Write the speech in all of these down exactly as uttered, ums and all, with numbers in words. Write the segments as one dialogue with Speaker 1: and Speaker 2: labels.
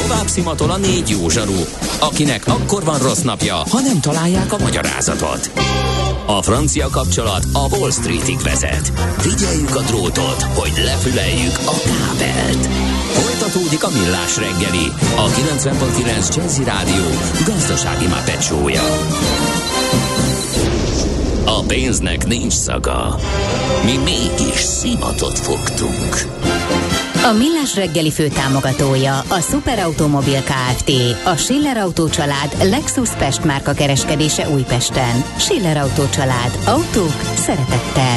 Speaker 1: tovább szimatol a négy jó zsaru, akinek akkor van rossz napja, ha nem találják a magyarázatot. A francia kapcsolat a Wall Streetig vezet. Figyeljük a drótot, hogy lefüleljük a kábelt. Folytatódik a Millás reggeli, a kilencven pont kilenc Jazzy Rádió gazdasági Muppet show-ja. A pénznek nincs szaga. Mi mégis szimatot fogtunk.
Speaker 2: A Millás reggeli főtámogatója a Superautomobil Kft. A Schiller Autó család Lexus Pest márka kereskedése Újpesten. Schiller Autó család. Autók szeretettel.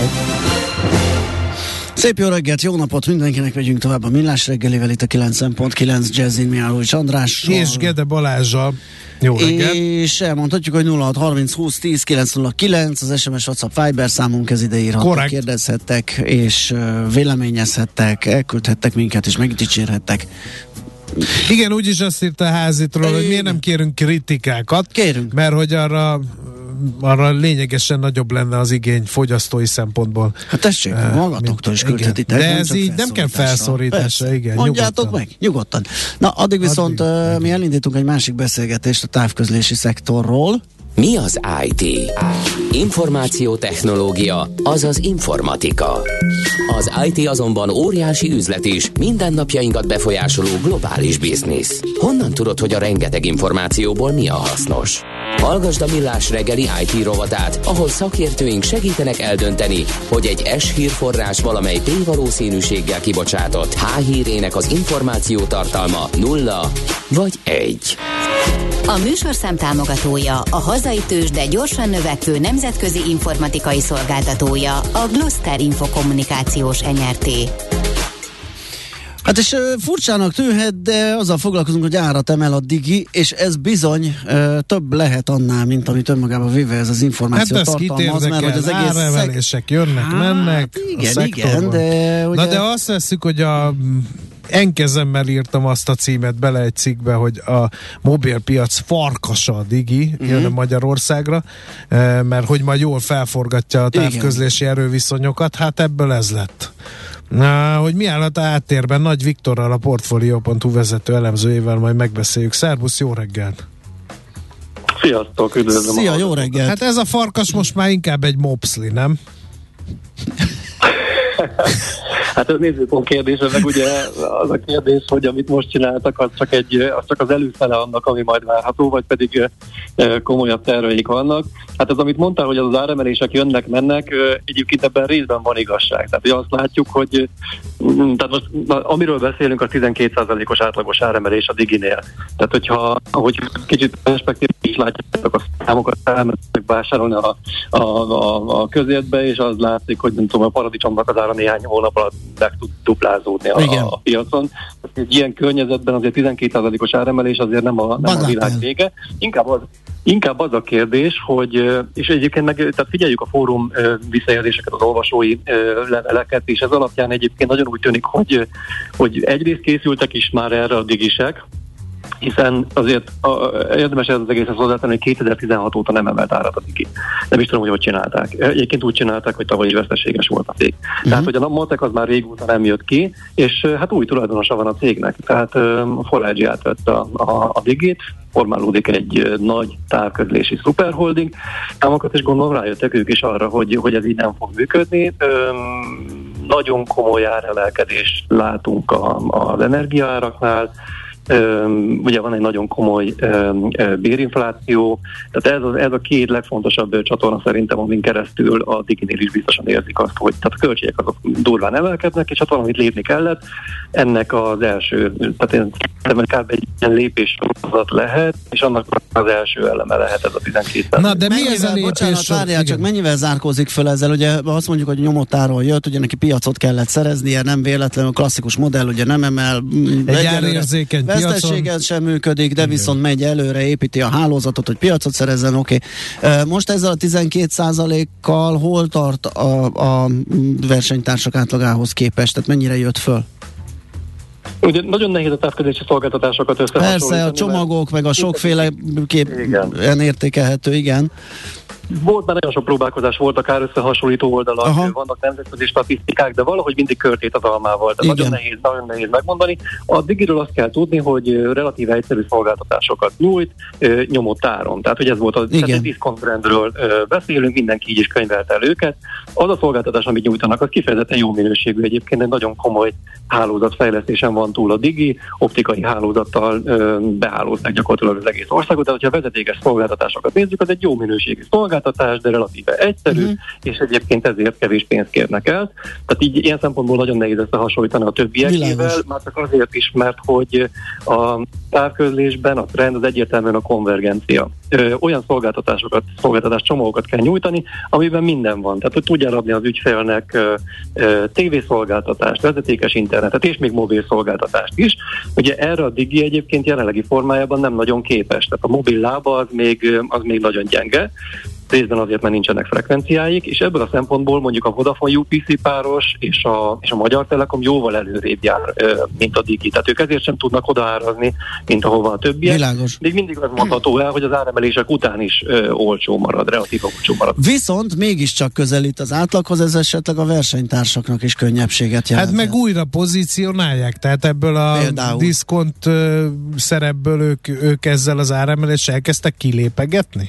Speaker 3: Szép jó reggelt, jó napot mindenkinek, megyünk tovább a Millás reggelivel itt a kilencven pont kilenc Jazzin Mihálovics Andrással.
Speaker 4: És Gede Balázsral. Jó reggelt.
Speaker 3: És elmondhatjuk, hogy nulla hat harminc húsz tíz kilenc nulla kilenc az es em es, WhatsApp, Viber számunk, ez ide írhattak, kérdezhettek, és véleményezhettek, elküldhettek minket, és megdicsérhettek.
Speaker 4: Igen, úgyis azt írta a házitról, hogy miért nem kérünk kritikákat.
Speaker 3: Kérünk.
Speaker 4: Mert hogy arra arra lényegesen nagyobb lenne az igény fogyasztói szempontból.
Speaker 3: Hát tessék, uh, magatoktól is küldhetitek.
Speaker 4: De ez így nem kell felszorításra, igen.
Speaker 3: Mondjátok
Speaker 4: nyugodtan.
Speaker 3: meg, nyugodtan. Na, addig viszont addig, uh, mi elindítunk egy másik beszélgetést a távközlési szektorról.
Speaker 1: Mi az i té? Információtechnológia, azaz informatika. Az i té azonban óriási üzlet is, mindennapjainkat befolyásoló globális biznisz. Honnan tudod, hogy a rengeteg információból mi a hasznos? Hallgasd a Millás reggeli i té rovatát, ahol szakértőink segítenek eldönteni, hogy egy S-hírforrás valamely P-valószínűséggel kibocsátott H-hírének az információ tartalma nulla vagy egy.
Speaker 2: A műsorszám támogatója, a hazai tőzsde gyorsan növekvő nemzetközi informatikai szolgáltatója, a Gloster Infokommunikációs Enyerté.
Speaker 3: Hát és uh, furcsának tűnhet, de azzal foglalkozunk, hogy árat emel a Digi, és ez bizony uh, több lehet annál, mint amit önmagában véve ez az információ
Speaker 4: hát
Speaker 3: tartalmaz, mert hogy az egész
Speaker 4: áremelések jönnek, hát, mennek
Speaker 3: igen, igen, de ugye...
Speaker 4: Na de azt veszük, hogy a enkezemmel írtam azt a címet bele egy cikkbe, hogy a mobilpiac farkasa a Digi, uh-huh. jön Magyarországra, mert hogy majd jól felforgatja a távközlési erőviszonyokat, hát ebből ez lett. Na, hogy mi állat a háttérben, Nagy Viktorral, a Portfolio pont hu vezető elemzőjével majd megbeszéljük. Szervusz, jó reggelt!
Speaker 5: Sziasztok, üdvözlöm!
Speaker 3: Szia, jó reggelt!
Speaker 4: Hát ez a farkas most már inkább egy mopszli, nem?
Speaker 5: Hát ez nézőpont kérdése, meg ugye az a kérdés, hogy amit most csináltak, az csak, egy, az csak az előfele annak, ami majd várható, vagy pedig komolyabb terveik vannak. Hát az, amit mondtál, hogy az, az áremelések jönnek, mennek, egyébként ebben részben van igazság. Tehát ugye azt látjuk, hogy tehát most, amiről beszélünk, a tizenkét százalékos átlagos áremelés a Diginél. Tehát hogyha hogy kicsit perspektívát is látjátok, a számokat elmentek vásárolni a, a, a, a közértbe, és az látszik, hogy nem tudom, a paradicsomnak az ára néhány hónap alatt meg tud duplázódni a, a piacon. Egy ilyen környezetben azért tizenkét százalékos áremelés azért nem a, nem a világ vége. Inkább az, inkább az a kérdés, hogy, és egyébként meg, tehát figyeljük a fórum visszajelzéseket, az olvasói leveleket, és ez alapján egyébként nagyon úgy tűnik, hogy, hogy egyrészt készültek is már erre a digisek, hiszen azért a, érdemes ez az egészet hozzátenni, hogy kétezer-tizenhat óta nem emelt árat a Digi. Nem is tudom, hogy hogy csinálták. Egyébként úgy csinálták, hogy tavaly veszteséges volt a cég. Uh-huh. Tehát, hogy a Matek az már régóta nem jött ki, és hát új tulajdonosa van a cégnek. Tehát a Forage átvette a, a, a Digit, formálódik egy nagy távközlési szuperholding. Támokat, és gondolom rájöttek ők is arra, hogy, hogy ez így nem fog működni. Üm, nagyon komoly áremelkedést látunk a, az energiaáraknál. Üm, ugye van egy nagyon komoly üm, bérinfláció, tehát ez, az, ez a két legfontosabb csatorna szerintem, amin keresztül a Diginél is biztosan érzik azt, hogy tehát a költségek azok durván emelkednek, és hát valamit lépni kellett. Ennek az első, tehát én kb. Egy ilyen lépéssorozat lehet, és annak az első eleme lehet ez a tizenkét.
Speaker 4: Na, de mi ez a lépés?
Speaker 3: Bocsánat, várjál, csak mennyivel zárkózik föl ezzel? Ugye azt mondjuk, hogy nyomottáról jött, ugye neki piacot kellett szereznie, nem véletlenül a klasszikus modell, ugye nem emel
Speaker 4: egy árérzékeny
Speaker 3: veszteséget sem működik, de igen, viszont megy előre, építi a hálózatot, hogy piacot szerezzen, oké. Okay. Most ezzel a tizenkét százalékkal hol tart a, a versenytársak átlagához képest? Tehát mennyire jött föl?
Speaker 5: Ugye nagyon nehéz a távközlési szolgáltatásokat összehasonlítani.
Speaker 3: Persze, a csomagok, meg a sokféle képen értékelhető, igen.
Speaker 5: Volt már nagyon sok próbálkozás, voltak árösszehasonlító oldalak, Aha. vannak nemzetközi statisztikák, de valahogy mindig körtét az almával. Tehát nagyon nehéz, nagyon nehéz megmondani. A Digiről azt kell tudni, hogy relatíve egyszerű szolgáltatásokat nyújt, nyomott áron. Tehát, hogy ez volt a diszkont brandről beszélünk, mindenki így is könyvelte el őket. Az a szolgáltatás, amit nyújtanak, az kifejezetten jó minőségű. Egyébként egy nagyon komoly hálózatfejlesztésen van túl a Digi, optikai hálózattal behálózták gyakorlatilag az egész országot, de hogyha vezetékes szolgáltatásokat nézzük, az egy jó minőségű szolgáltatás, de relatíve egyszerű, uh-huh. és egyébként ezért kevés pénzt kérnek el. Tehát így ilyen szempontból nagyon nehéz összehasonlítani a többiekével, már csak azért is, mert hogy a távközlésben a trend az egyértelműen a konvergencia. Ö, olyan szolgáltatásokat, szolgáltatás csomókat kell nyújtani, amiben minden van. Tehát, hogy tudja adni az ügyfélnek ö, ö, tévészolgáltatást, vezetékes internetet és még mobil szolgáltatást is. Ugye erre a Digi egyébként jelenlegi formájában nem nagyon képes. Tehát a mobil lába az még, az még nagyon gyenge. Részben azért, mert nincsenek frekvenciáik, és ebből a szempontból mondjuk a Vodafone u pé cé páros és a, és a Magyar Telekom jóval előrébb jár, mint a Digi. Tehát ők ezért sem tudnak odaárazni, mint ahova a többiek.
Speaker 3: Világos.
Speaker 5: Még mindig az mondható el, hogy az áremelések után is ö, olcsó marad, relatív olcsó marad.
Speaker 3: Viszont mégiscsak közelít az átlaghoz, ez esetleg a versenytársaknak is könnyebbséget jelent.
Speaker 4: Hát meg újra pozícionálják, tehát ebből a Például. diszkont uh, szerepből ők, ők ezzel az áremeléssel elkezdtek kilépegetni?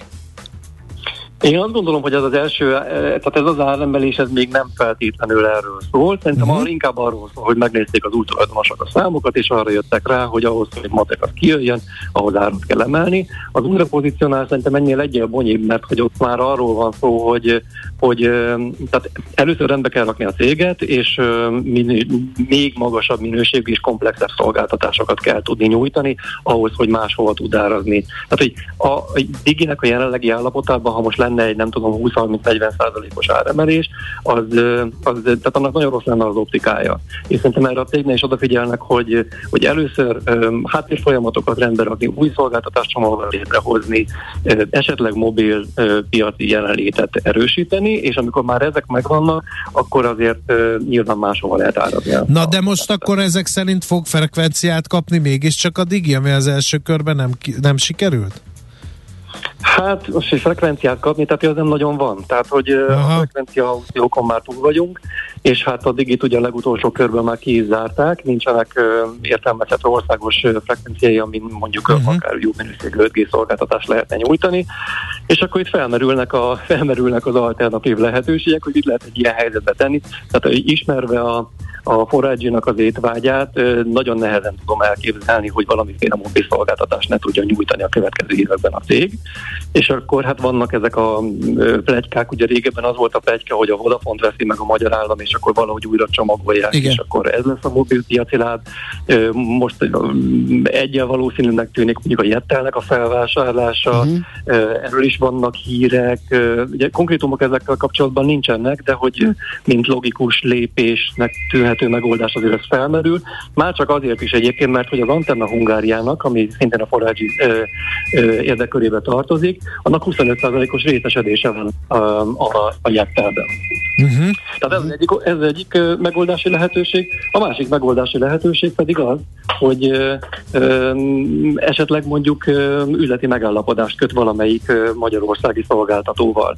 Speaker 5: Én azt gondolom, hogy ez az első, tehát ez az áremelés, ez még nem feltétlenül erről szól. Szerintem uh-huh. inkább arról szól, hogy megnézték az új tulajdonosok a számokat, és arra jöttek rá, hogy ahhoz, hogy matek az kijöjjön, ahhoz árat kell emelni. Az újra pozícionál szerintem ennél egyel bonyébb, mert hogy ott már arról van szó, hogy, hogy tehát először rendbe kell rakni a céget, és minő, még magasabb minőségű és komplexebb szolgáltatásokat kell tudni nyújtani, ahhoz, hogy máshova tud árazni. Tehát, hogy a, a Diginek a jelenlegi állapotában, ha most lenne egy, nem tudom, húsz-harminc-negyven százalékos áremelés, az, az, tehát annak nagyon rossz lenne az optikája. És szerintem erre a cégnél is odafigyelnek, hogy, hogy először um, háttérfolyamatokat rendbe rakni, új szolgáltatáscsomagot létrehozni, uh, esetleg mobil uh, piaci jelenlétet erősíteni, és amikor már ezek megvannak, akkor azért uh, nyilván máshova lehet árazni.
Speaker 4: Na de most akkor ezek szerint fog frekvenciát kapni mégiscsak a Digi, ami az első körben nem, nem
Speaker 5: Hát most egy frekvenciát kapni, tehát az nem nagyon van. Tehát, hogy Aha. a frekvencia aukciókon már túl vagyunk, és hát a Digit ugye a legutolsó körben már ki is zárták, nincsenek uh, értelmezhető országos uh, frekvenciái, amin mondjuk uh-huh. akár jó minőségű öt G szolgáltatást lehetne nyújtani, és akkor itt felmerülnek, a, felmerülnek az alternatív lehetőségek, hogy itt lehet egy ilyen helyzetbe tenni. Tehát ismerve a a négy G-nak az étvágyát, nagyon nehezen tudom elképzelni, hogy valamiféle mobil szolgáltatást ne tudja nyújtani a következő években a cég. És akkor hát vannak ezek a pletykák, ugye régebben az volt a pletyka, hogy a Vodafont veszi meg a magyar állam, és akkor valahogy újra csomagolják, Igen. és akkor ez lesz a mobil piaci láb. Most egyen valószínűnek tűnik mondjuk a Jettelnek a felvásárlása, uh-huh. erről is vannak hírek, ugye konkrétumok ezekkel kapcsolatban nincsenek, de hogy mint logikus lépésnek tűnhet megoldás azért ez felmerül. Már csak azért is egyébként, mert hogy az Antenna Hungáriának, ami szintén a forrágyi érdekkörébe tartozik, annak huszonöt százalékos részesedése van a, a, a Jettelben. Uh-huh. Tehát ez, uh-huh. egyik, ez egyik megoldási lehetőség. A másik megoldási lehetőség pedig az, hogy ö, ö, esetleg mondjuk ö, üzleti megállapodást köt valamelyik ö, magyarországi szolgáltatóval.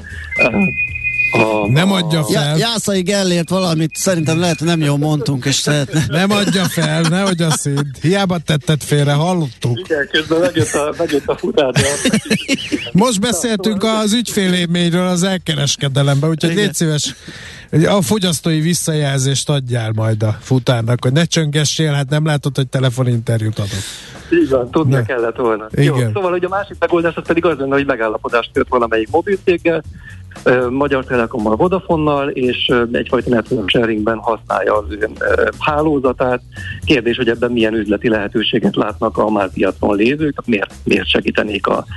Speaker 4: A, nem adja fel.
Speaker 3: Ja, Jászai Gellért valamit szerintem lehet, nem jól mondtunk, és szeretne.
Speaker 4: Nem adja fel, ne adja szét. Hiába tetted félre, hallottuk.
Speaker 5: Igen, közben megjött a, megjött a futárja.
Speaker 4: Most beszéltünk az ügyfélélményről az elkereskedelemben, úgyhogy légy szíves, a fogyasztói visszajelzést adjál majd a futárnak, hogy ne csöngessél, hát nem látod, hogy telefoninterjút adott.
Speaker 5: Így van, tudnia ne. kellett volna. Jó, szóval, hogy a másik megoldás az pedig az lenne, hogy megállapodást köt valamelyik mobilcéggel, Magyar Telekommal, Vodafonnal, és egyfajta network sharingben használja az ő hálózatát. Kérdés, hogy ebben milyen üzleti lehetőséget látnak a már piacon lévők, tehát miért, miért segítenék a,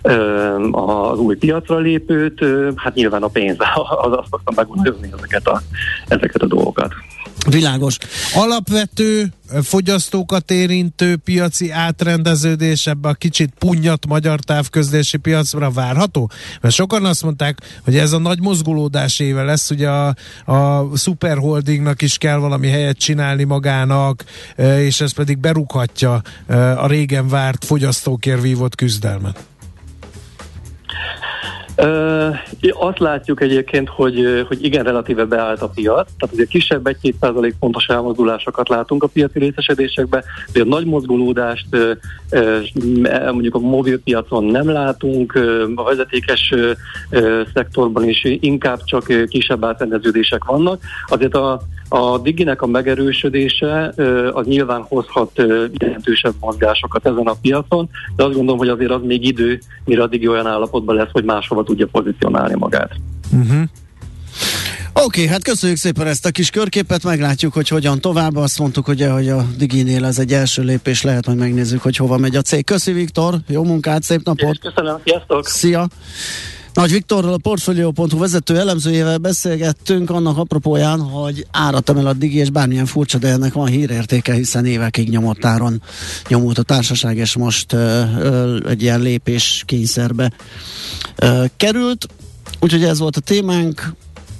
Speaker 5: az új piacra lépőt. Hát nyilván a pénz az azt szoktam megmondani ezeket a, ezeket a dolgokat.
Speaker 3: Világos.
Speaker 4: Alapvető fogyasztókat érintő piaci átrendeződés ebbe a kicsit punnyat magyar távközlési piacra várható? Mert sokan azt mondták, hogy ez a nagy mozgulódás éve lesz, ugye a, a Superholdingnak is kell valami helyet csinálni magának, és ez pedig berúghatja a régen várt fogyasztókért vívott küzdelmet.
Speaker 5: Uh, azt látjuk egyébként, hogy, hogy igen, relatíve beállt a piac, tehát azért kisebb egy-két százalék pontos elmozdulásokat látunk a piaci részesedésekben, de a nagy mozgolódást uh, uh, mondjuk a mobilpiacon nem látunk, uh, a vezetékes uh, szektorban is inkább csak uh, kisebb átrendeződések vannak. Azért a A diginek a megerősödése az nyilván hozhat jelentősebb mozgásokat ezen a piacon, de azt gondolom, hogy azért az még idő, mire a digi olyan állapotban lesz, hogy máshova tudja pozícionálni magát.
Speaker 3: Uh-huh. Oké, okay, hát köszönjük szépen ezt a kis körképet, meglátjuk, hogy hogyan tovább. Azt mondtuk, hogy, hogy a Diginél ez egy első lépés lehet, hogy megnézzük, hogy hova megy a cég. Köszi Viktor, jó munkát, szép napot!
Speaker 5: És köszönöm, sziasztok!
Speaker 3: Szia! Nagy Viktorral, a Portfolio pont hu vezető elemzőjével beszélgettünk annak apropóján, hogy árat emel a Digi, és bármilyen furcsa, de ennek van hírértéke, hiszen évekig nyomott áron nyomult a társaság, és most ö, ö, egy ilyen lépés kényszerbe ö, került. Úgyhogy ez volt a témánk.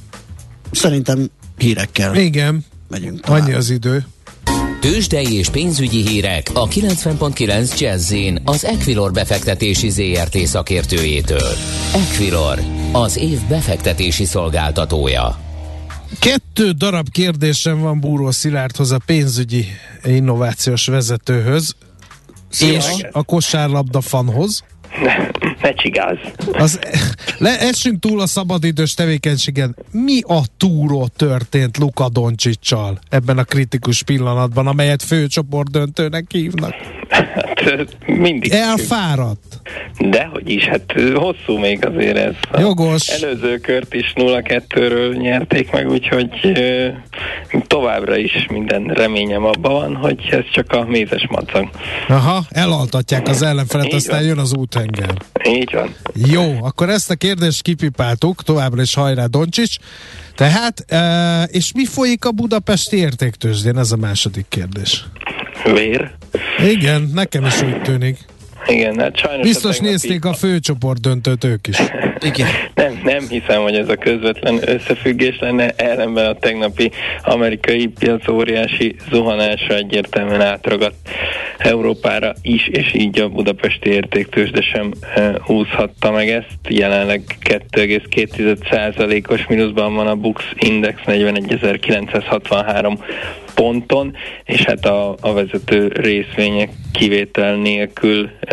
Speaker 3: Szerintem hírekkel.
Speaker 4: Igen,
Speaker 3: megyünk tovább.
Speaker 4: Annyi az idő.
Speaker 1: Tőzsdei és pénzügyi hírek a kilencven pont kilenc Jazz-in az Equilor befektetési zé er té szakértőjétől. Equilor, az év befektetési szolgáltatója.
Speaker 4: Kettő darab kérdésem van Búró Szilárdhoz, a pénzügyi innovációs vezetőhöz, Szia. És a kosárlabda fanhoz.
Speaker 6: Ne, ne csigáz.
Speaker 4: Az, le, essünk túl a szabadidős tevékenységen. Mi a túró történt Luka Doncsicsal ebben a kritikus pillanatban, amelyet főcsoport döntőnek hívnak?
Speaker 6: Hát mindig.
Speaker 4: Elfáradt.
Speaker 6: Dehogy is, hát hosszú még azért ez.
Speaker 4: Jogos.
Speaker 6: Előző kört is nulla kettőről nyerték meg, úgyhogy euh, továbbra is minden reményem abban van, hogy ez csak a mézes macag.
Speaker 4: Aha, elaltatják az ellenfelet, aztán jön az úthenger.
Speaker 6: Így van.
Speaker 4: Jó, akkor ezt a kérdést kipipáltuk, továbbra is hajrá Doncsics. Tehát, e, és mi folyik a budapesti értéktőzsdén? Ez a második kérdés.
Speaker 6: Vér.
Speaker 4: Igen, nekem is úgy tűnik.
Speaker 6: Igen, hát sajnos...
Speaker 4: Biztos nézték a főcsoport döntőt ők is.
Speaker 3: Igen.
Speaker 6: Nem, nem hiszem, hogy ez a közvetlen összefüggés lenne, ellenben a tegnapi amerikai piac óriási zuhanása egyértelműen átragadt Európára is, és így a budapesti értéktőzsde sem e, úszhatta meg ezt. Jelenleg kettő egész két százalékos mínuszban van a Bux Index negyvenegyezer-kilencszázhatvanhárom ponton, és hát a, a vezető részvények kivétel nélkül e,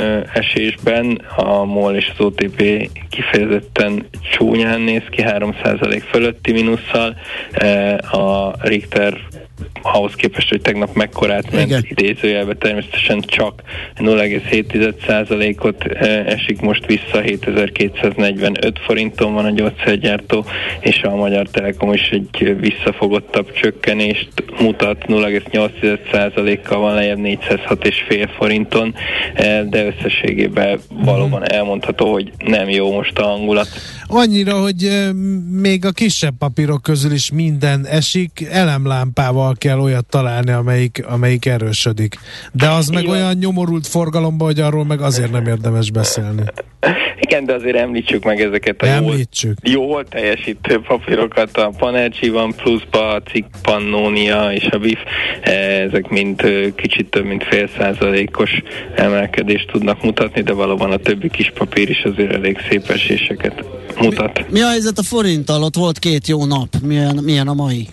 Speaker 6: esésben a MOL és az o té pé kifejezetten csúnyán néz ki, három százalék fölötti mínusszal, e, a Richter ahhoz képest, hogy tegnap mekkorát ment, igen, idézőjelben természetesen csak nulla egész hét százalékot esik most vissza, hétezer-kétszáznegyvenöt forinton van a gyógyszergyártó, és a Magyar Telekom is egy visszafogottabb csökkenést mutat, nulla egész nyolc százalékkal van lejjebb négyszázhat egész öt forinton, de összességében valóban elmondható, hogy nem jó most a hangulat.
Speaker 4: Annyira, hogy euh, még a kisebb papírok közül is minden esik, elemlámpával kell olyat találni, amelyik, amelyik erősödik. De az meg
Speaker 6: Igen.
Speaker 4: olyan nyomorult forgalomban, hogy arról meg azért nem érdemes beszélni.
Speaker 6: Igen, de azért említsük meg ezeket a jól, jól teljesítő papírokat, a Panergy van pluszba, a Cikk Pannonia és a bé i ef, ezek mind kicsit több mint fél százalékos emelkedést tudnak mutatni, de valóban a többi kis papír is azért elég szép eséseket mutat.
Speaker 3: Mi, mi a helyzet a forinttal? Ott volt két jó nap. Milyen, milyen a mai?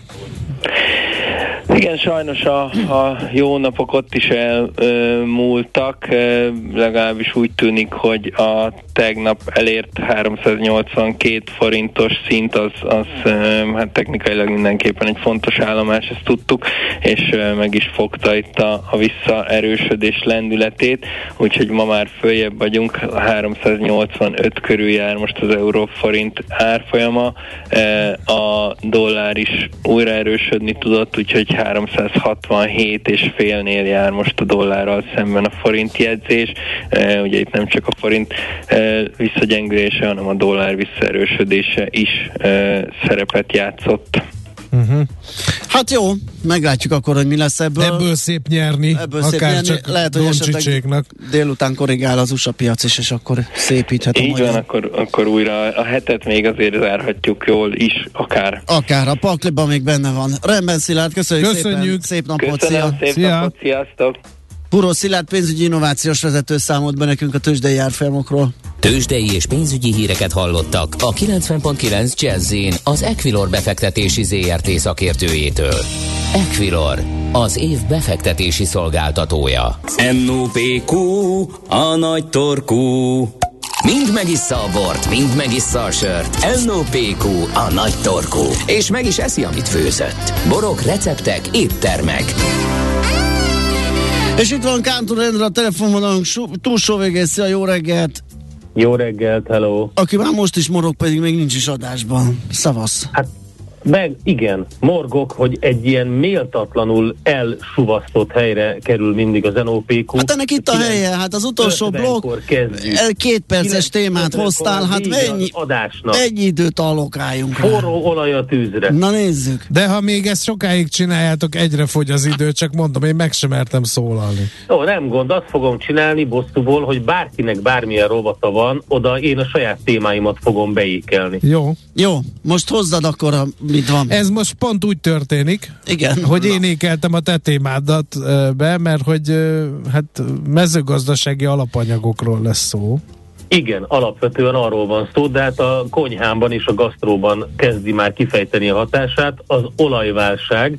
Speaker 6: Igen, sajnos a, a jó napok ott is elmúltak, legalábbis úgy tűnik, hogy a tegnap elért háromszáznyolcvankét forintos szint, az, az hát technikailag mindenképpen egy fontos állomás, ezt tudtuk, és meg is fogta itt a, a visszaerősödés lendületét, úgyhogy ma már följebb vagyunk, a háromszáznyolcvanöt körül jár most az euró-forint árfolyama, a dollár is újra erősödni tudott, úgyhogy háromszázhatvanhét és félnél jár most a dollárral szemben a forint jegyzés. E, ugye itt nem csak a forint e, visszagyengülése, hanem a dollár visszaerősödése is e, szerepet játszott.
Speaker 4: Uh-huh.
Speaker 3: Hát jó, meglátjuk akkor, hogy mi lesz ebből.
Speaker 4: Ebből szép nyerni,
Speaker 3: ebből
Speaker 4: akár
Speaker 3: szép nyerni.
Speaker 4: csak
Speaker 3: lehet, hogy esetleg délután korrigál az u es á piac is, és akkor szépíthet.
Speaker 6: Így van, akkor, akkor újra a hetet még azért zárhatjuk jól is, akár.
Speaker 3: Akár, a pakliban még benne van. Rendben, Szilárd, köszönjük, köszönjük. szépen. Szép napot,
Speaker 6: Köszönöm,
Speaker 3: szia.
Speaker 6: szép
Speaker 4: Szia.
Speaker 6: napot, sziasztok.
Speaker 3: Búró Szilárd pénzügyi innovációs vezető számolt be nekünk a tőzsdei árfolyamokról.
Speaker 1: Tőzsdei és pénzügyi híreket hallottak a kilencven pont kilenc Jazz-in az Equilor befektetési zé er té szakértőjétől. Equilor, az év befektetési szolgáltatója.
Speaker 7: em o pé kú, a nagy torkú.
Speaker 1: Mind megissza a bort, mind megissza a sört. en o pé kú, a nagy torkú. És meg is eszi, amit főzött. Borok, receptek, éttermek.
Speaker 3: És itt van Kántor Endre, a telefonvonalunk túlsó végész, jó reggelt!
Speaker 8: Jó reggelt, hello!
Speaker 3: Aki már most is morog, pedig még nincs is adásban. Szavasz!
Speaker 8: Hát meg igen, morgok, hogy egy ilyen méltatlanul elsuvasztott helyre kerül mindig az en o pé kú.
Speaker 3: Hát ennek itt a helye, hát az utolsó blokk, két perces témát hoztál, hát mennyi, ennyi időt allokáljunk rá.
Speaker 8: Forró olaj a tűzre.
Speaker 3: Na nézzük.
Speaker 4: De ha még ezt sokáig csináljátok, egyre fogy az idő, csak mondom, én meg sem mertem szólalni.
Speaker 8: Jó, nem gond, azt fogom csinálni bosszúból, hogy bárkinek bármilyen rovata van, oda én a saját témáimat fogom beékelni.
Speaker 4: Jó.
Speaker 3: Jó, most hozzad akkor a mit van.
Speaker 4: Ez most pont úgy történik,
Speaker 3: igen,
Speaker 4: hogy én ékeltem a te témádat be, mert hogy hát mezőgazdasági alapanyagokról lesz szó.
Speaker 8: Igen, alapvetően arról van szó, de hát a konyhámban és a gasztróban kezdi már kifejteni a hatását az olajválság,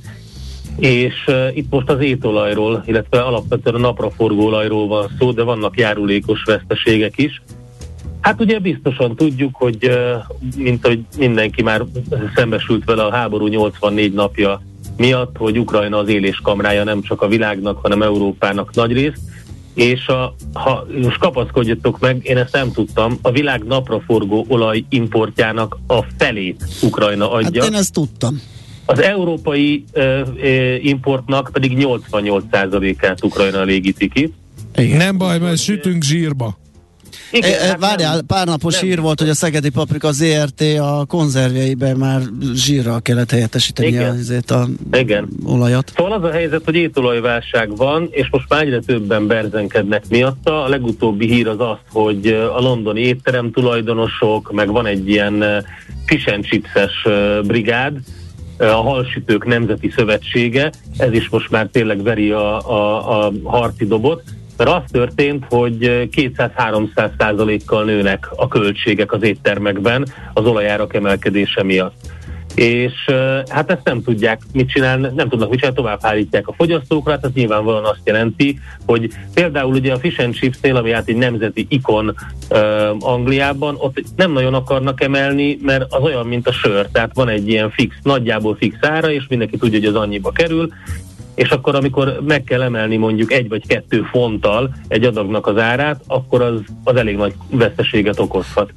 Speaker 8: és uh, itt most az étolajról, illetve alapvetően a napraforgó olajról van szó, de vannak járulékos veszteségek is. Hát ugye biztosan tudjuk, hogy mint hogy mindenki már szembesült vele a háború nyolcvannégy napja miatt, hogy Ukrajna az éléskamrája nem csak a világnak, hanem Európának nagyrészt, és a, ha most kapaszkodjatok meg, én ezt nem tudtam, a világ napraforgó olaj importjának a felét Ukrajna adja.
Speaker 3: Hát én ezt tudtam.
Speaker 8: Az európai uh, uh, importnak pedig nyolcvannyolc százalékát Ukrajna elégíti ki.
Speaker 4: Igen. Nem baj, mert sütünk zsírba.
Speaker 3: Igen, e, hát várjál, nem, pár napos nem. hír volt, hogy a Szegedi Paprika zé er té a konzervjeiben már zsírral kellett helyettesíteni azért a Igen. olajat.
Speaker 8: Szóval az a helyzet, hogy étolajválság van, és most már egyre többen berzenkednek miatta. A legutóbbi hír az az, hogy a londoni étterem tulajdonosok, meg van egy ilyen fish and chips-es brigád, a Halsütők Nemzeti Szövetsége, ez is most már tényleg veri a, a, a harci dobot, mert az történt, hogy kétszáz-háromszáz százalékkal nőnek a költségek az éttermekben az olajárak emelkedése miatt. És hát ezt nem tudják mit csinálni, nem tudnak mit csinálni, tovább hárítják a fogyasztókra, hát ez nyilvánvalóan azt jelenti, hogy például ugye a Fish and Chipsnél, ami hát egy nemzeti ikon uh, Angliában, ott nem nagyon akarnak emelni, mert az olyan, mint a sör, tehát van egy ilyen fix, nagyjából fix ára, és mindenki tudja, hogy az annyiba kerül, és akkor amikor meg kell emelni mondjuk egy vagy kettő fonttal egy adagnak az árát, akkor az, az elég nagy veszteséget okozhat.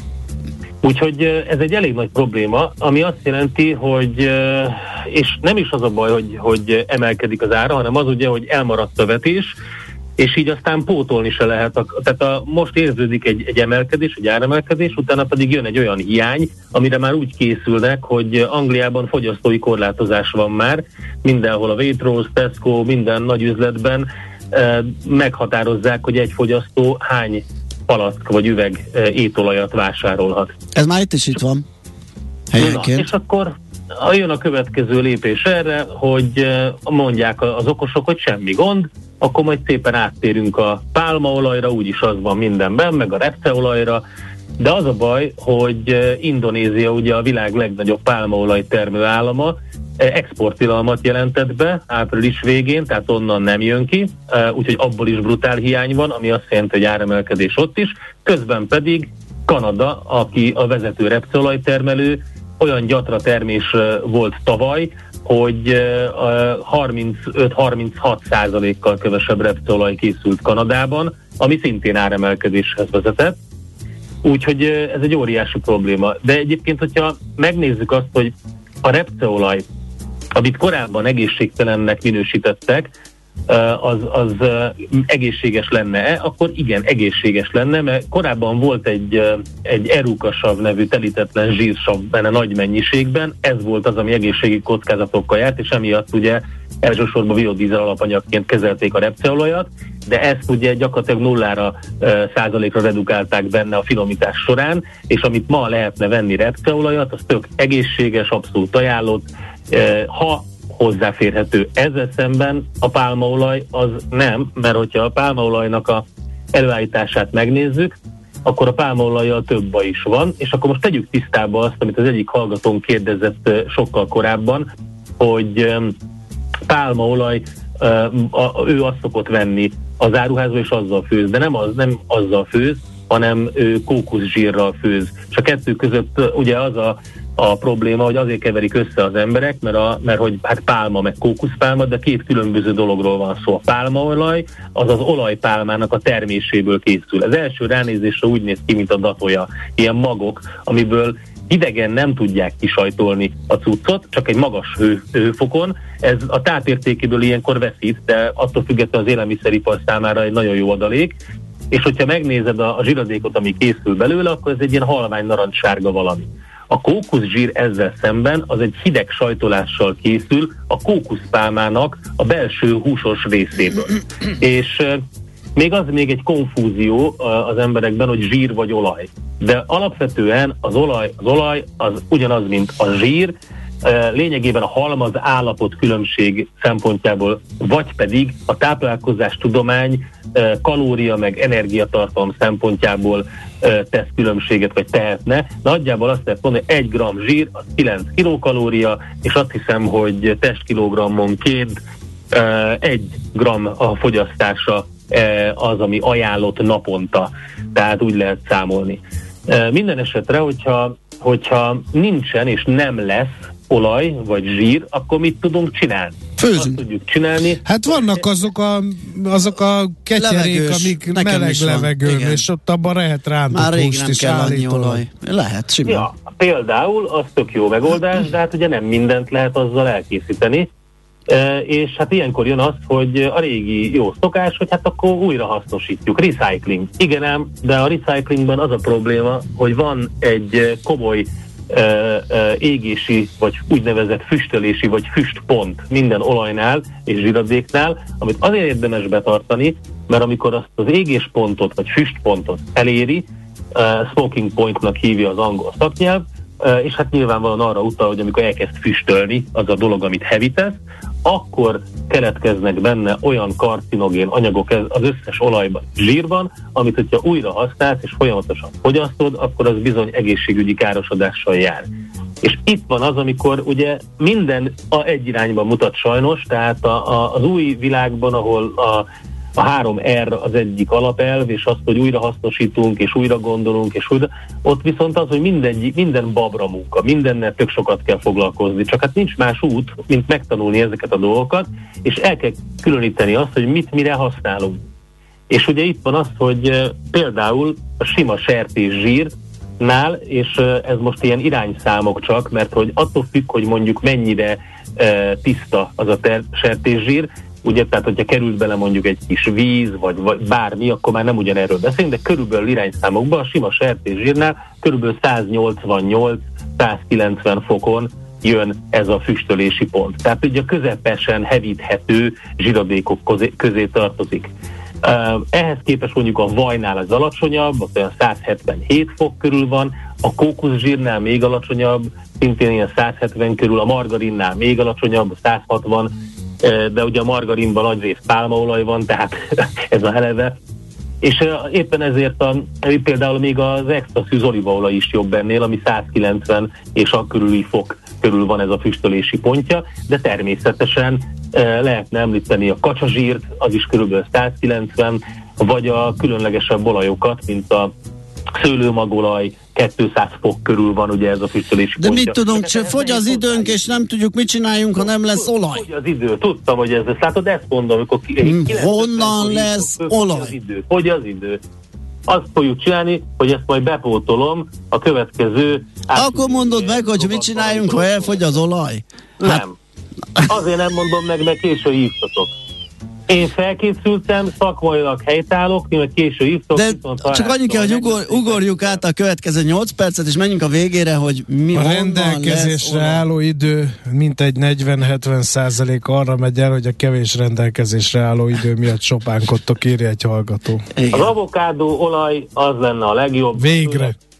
Speaker 8: Úgyhogy ez egy elég nagy probléma, ami azt jelenti, hogy, és nem is az a baj, hogy, hogy emelkedik az ára, hanem az ugye, hogy elmaradt a vetés, és így aztán pótolni se lehet. Tehát a, most érződik egy, egy emelkedés, egy áremelkedés, utána pedig jön egy olyan hiány, amire már úgy készülnek, hogy Angliában fogyasztói korlátozás van már, mindenhol a Waitrose, Tesco, minden nagy üzletben eh, meghatározzák, hogy egy fogyasztó hány palack vagy üveg eh, étolajat vásárolhat. Ez
Speaker 3: már itt is itt van. Helyenként.
Speaker 8: Na, és akkor jön a következő lépés erre, hogy eh, mondják az okosok, hogy semmi gond, akkor majd szépen áttérünk a pálmaolajra, úgyis az van mindenben, meg a repceolajra, de az a baj, hogy Indonézia ugye a világ legnagyobb pálmaolaj termő állama, exporttilalmat jelentett be április végén, tehát onnan nem jön ki, úgyhogy abból is brutál hiány van, ami azt jelenti, hogy áremelkedés ott is, közben pedig Kanada, aki a vezető repceolajtermelő, olyan gyatra termés volt tavaly, hogy harmincöt-harminchat százalékkal kevesebb repceolaj készült Kanadában, ami szintén áremelkedéshez vezetett. Úgyhogy ez egy óriási probléma. De egyébként, hogyha megnézzük azt, hogy a repceolaj, amit korábban egészségtelennek minősítettek, az, az egészséges lenne-e, akkor igen, egészséges lenne, mert korábban volt egy, egy erukasav nevű telítetlen zsírsav benne nagy mennyiségben, ez volt az, ami egészségi kockázatokkal járt, és emiatt ugye elsősorban biodízel alapanyagként kezelték a repceolajat, de ezt ugye gyakorlatilag nullára százalékra redukálták benne a finomítás során, és amit ma lehetne venni repceolajat, az tök egészséges, abszolút ajánlott, ha hozzáférhető. Ezzel szemben a pálmaolaj az nem, mert hogyha a pálmaolajnak a előállítását megnézzük, akkor a pálmaolajjal több baj is van, és akkor most tegyük tisztába azt, amit az egyik hallgatón kérdezett sokkal korábban, hogy pálmaolaj, ő azt szokott venni az áruházba, és azzal főz, de nem, az, nem azzal főz, hanem ő kókuszsírral főz. És a kettő között ugye az a, a probléma, hogy azért keverik össze az emberek, mert, a, mert hogy hát pálma meg kókuszpálma, de két különböző dologról van szó. A pálmaolaj az az olajpálmának a terméséből készül. Az első ránézésre úgy néz ki, mint a datója. Ilyen magok, amiből idegen nem tudják kisajtolni a cuccot, csak egy magas hő, hőfokon. Ez a tápértékéből ilyenkor veszít, de attól függetlenül az élelmiszeripar számára egy nagyon jó adalék. És hogyha megnézed a, a zsiradékot, ami készül belőle, akkor ez egy ilyen halvány narancssárga valami. A kókuszsír ezzel szemben az egy hideg sajtolással készül a kókuszpálmának a belső húsos részéből. És e, még az még egy konfúzió az emberekben, hogy zsír vagy olaj. De alapvetően az olaj, az olaj az ugyanaz, mint a zsír, lényegében a halmaz állapot különbség szempontjából, vagy pedig a táplálkozás tudomány kalória meg energiatartalom szempontjából tesz különbséget, vagy tehetne. Nagyjából azt lehet mondani, hogy egy gramm zsír az kilenc kilokalória, és azt hiszem, hogy testkilogrammonként egy gramm a fogyasztása az, ami ajánlott naponta. Tehát úgy lehet számolni. Minden esetre, hogyha, hogyha nincsen és nem lesz olaj vagy zsír, akkor mit tudunk csinálni?
Speaker 3: Főzünk.
Speaker 8: Azt tudjuk csinálni.
Speaker 4: Hát vannak azok a, azok a ketyerék,
Speaker 3: Levegős.
Speaker 4: amik
Speaker 3: Nekem
Speaker 4: meleg levegőn, és ott abban lehet rántott
Speaker 3: már rég
Speaker 4: húst
Speaker 3: nem
Speaker 4: is
Speaker 3: kell annyi
Speaker 4: állítólag.
Speaker 3: olaj. Lehet, simán.
Speaker 8: Ja, például az tök jó megoldás, de hát ugye nem mindent lehet azzal elkészíteni. E, és hát ilyenkor jön az, hogy a régi jó szokás, hogy hát akkor újra hasznosítjuk. Recycling. Igen ám, de a recyclingben az a probléma, hogy van egy komoly e, e, égési, vagy úgynevezett füstölési, vagy füstpont minden olajnál és zsiradéknál, amit azért érdemes betartani, mert amikor azt az égéspontot, vagy füstpontot eléri, uh, smoking pointnak hívja az angol szaknyelv, uh, és hát nyilvánvalóan arra utal, hogy amikor elkezd füstölni, az a dolog, amit hevítesz, akkor keletkeznek benne olyan karcinogén anyagok az összes olajban, zsírban, amit hogyha újra használsz és folyamatosan fogyasztod, akkor az bizony egészségügyi károsodással jár. És itt van az, amikor ugye minden a egy irányba mutat sajnos, tehát a, a, az új világban, ahol a A három er az egyik alapelv, és azt, hogy újra hasznosítunk, és újra gondolunk, és újra... Ott viszont az, hogy minden, minden babra munka, mindennel tök sokat kell foglalkozni, csak hát nincs más út, mint megtanulni ezeket a dolgokat, és el kell különíteni azt, hogy mit mire használunk. És ugye itt van az, hogy például a sima sertészsírnál, és ez most ilyen irányszámok csak, mert hogy attól függ, hogy mondjuk mennyire tiszta az a ter- sertészsír, ugye, tehát hogyha került bele mondjuk egy kis víz, vagy, vagy bármi, akkor már nem ugyanerről beszélünk, de körülbelül irányszámokban a sima sertészsírnál körülbelül száznyolcvannyolc-százkilencven fokon jön ez a füstölési pont. Tehát ugye a közepesen hevíthető zsiradékok közé, közé tartozik. Uh, ehhez képest mondjuk a vajnál az alacsonyabb, az olyan százhetvenhét fok körül van, a kókuszsírnál még alacsonyabb, szintén ilyen százhetven körül, a margarinnál még alacsonyabb, százhatvan, de ugye a margarinban nagy rész pálmaolaj van, tehát ez a eleve. És éppen ezért a, például még az extra szűz olívaolaj is jobb ennél, ami százkilencven és a körüli fok körül van ez a füstölési pontja, de természetesen lehetne említeni a kacsazsírt, az is körülbelül százkilencven, vagy a különlegesebb olajokat, mint a szőlőmagolaj, kétszáz fok körül van ugye ez a füstölési
Speaker 3: de
Speaker 8: pontja.
Speaker 3: De mit tudunk, csak fogy az időnk, és nem tudjuk, mit csináljunk, ha nem lesz olaj.
Speaker 8: Fogy az idő, tudtam, hogy ez lesz. Látod, ezt mondom, amikor...
Speaker 3: Hmm, honnan lesz olaj?
Speaker 8: Az idő, fogy az idő. Azt fogjuk csinálni, hogy ezt majd bepótolom a következő...
Speaker 3: Akkor mondod meg, hogy mit csináljunk, ha elfogy az olaj?
Speaker 8: Hát... Nem. Azért nem mondom meg, mert késő hívtatok. Én felkészültem, szakmailag helytállok, mi meg késő hívtok.
Speaker 3: De csak annyi kell, hogy ugor, ugorjuk át a következő nyolc percet, és menjünk a végére, hogy mi
Speaker 4: a rendelkezésre álló idő mintegy negyven-hetven százalék arra megy el, hogy a kevés rendelkezésre álló idő miatt sopánkodtok, írja egy hallgató.
Speaker 8: Igen. Az avokádó olaj az lenne a legjobb.
Speaker 4: Végre.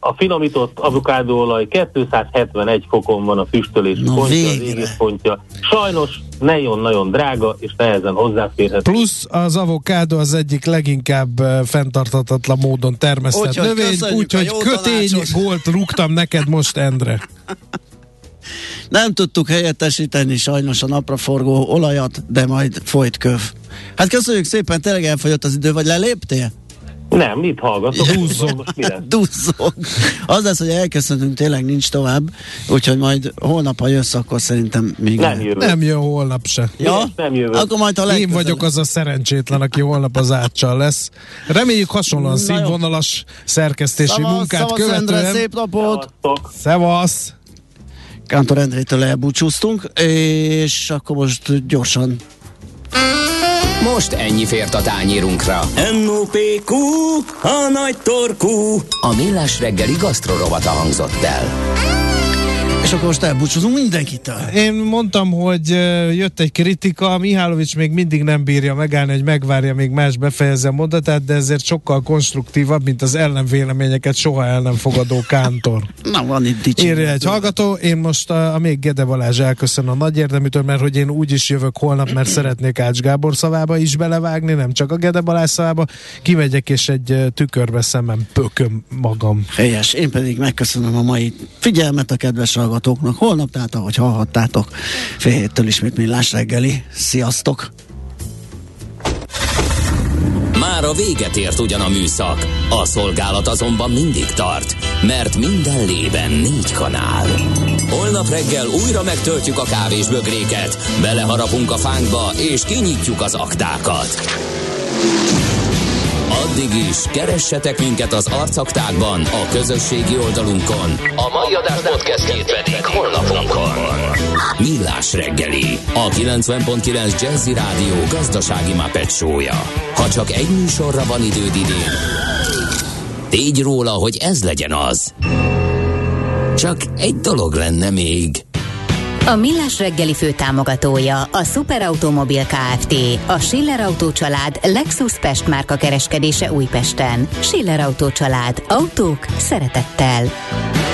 Speaker 8: a finomított avokádóolaj kétszázhetvenegy fokon van a füstölési
Speaker 3: no,
Speaker 8: pontja, az égéspontja. Sajnos nagyon-nagyon drága és nehezen hozzáférhető.
Speaker 4: Plusz az avokádó az egyik leginkább fenntarthatatlan módon termesztett
Speaker 3: úgy,
Speaker 4: növény, úgyhogy kötény gólt rúgtam neked most, Endre.
Speaker 3: Nem tudtuk helyettesíteni sajnos a napraforgó olajat, de majd folyt köv. Hát köszönjük szépen, tényleg elfogyott az idő, vagy leléptél?
Speaker 8: Nem, mit hallgatok?
Speaker 4: Duzzog.
Speaker 3: Duzzog. Az lesz, hogy elköszönünk, tényleg nincs tovább, úgyhogy majd holnap, ha jössz, akkor szerintem még
Speaker 8: nem jövök.
Speaker 4: Nem jön holnap se.
Speaker 3: Ja?
Speaker 8: Nem jövök.
Speaker 3: Akkor majd, ha
Speaker 4: Én vagyok az a szerencsétlen, aki holnap az áccsal lesz. Reméljük hasonlóan színvonalas szerkesztési
Speaker 3: szavasz,
Speaker 4: munkát
Speaker 3: szavasz,
Speaker 4: követően.
Speaker 3: Endre, szép napot!
Speaker 8: Szevasztok.
Speaker 4: Szevasz!
Speaker 3: Kántor Endrétől elbúcsúztunk, és akkor most gyorsan.
Speaker 1: Most ennyi fért a tányérunkra.
Speaker 7: em o pé kú, a nagy torkú.
Speaker 1: A Millás reggeli gasztrorovata hangzott el.
Speaker 3: És akkor most elbúcsúzunk mindenkitől.
Speaker 4: Én mondtam, hogy jött egy kritika, Mihálovics még mindig nem bírja megállni, hogy megvárja, még más befejezze a mondatát, de ezért sokkal konstruktívabb, mint az ellenvéleményeket soha el nem fogadó Kántor.
Speaker 3: Na, van itt dicséret.
Speaker 4: Írja egy hallgató, én most a, a még Gede Balázs elköszön a nagy érdeműtől, mert hogy én úgy is jövök holnap, mert szeretnék Ács Gábor szavába is belevágni, nem csak a Gede Balázs szavába. Kimegyek és egy tükörbe szemem pököm magam.
Speaker 3: Helyes, én pedig megköszönöm a mai figyelmet a kedves hallgatóknak. Holnap, tehát ahogy hallhattátok, fél héttől ismét Millás reggeli. Sziasztok!
Speaker 1: Már a véget ért ugyan a műszak, a szolgálat azonban mindig tart, mert minden lében négy kanál. Holnap reggel újra megtöltjük a kávésbögréket, beleharapunk a fánkba és kinyitjuk az aktákat. Addig is keressetek minket az arcaktákban, a közösségi oldalunkon. A mai adás podcastjét pedig honlapunkon. Millás reggeli, a kilencven pont kilenc Jazzy Rádió gazdasági Muppet show-ja. Ha csak egy műsorra van időd idén, tégy róla, hogy ez legyen az. Csak egy dolog lenne még.
Speaker 2: A Millás reggeli főtámogatója a Superautomobil Kft. A Schiller Autó család Lexus Pest márka kereskedése Újpesten. Schiller Autó család. Autók szeretettel.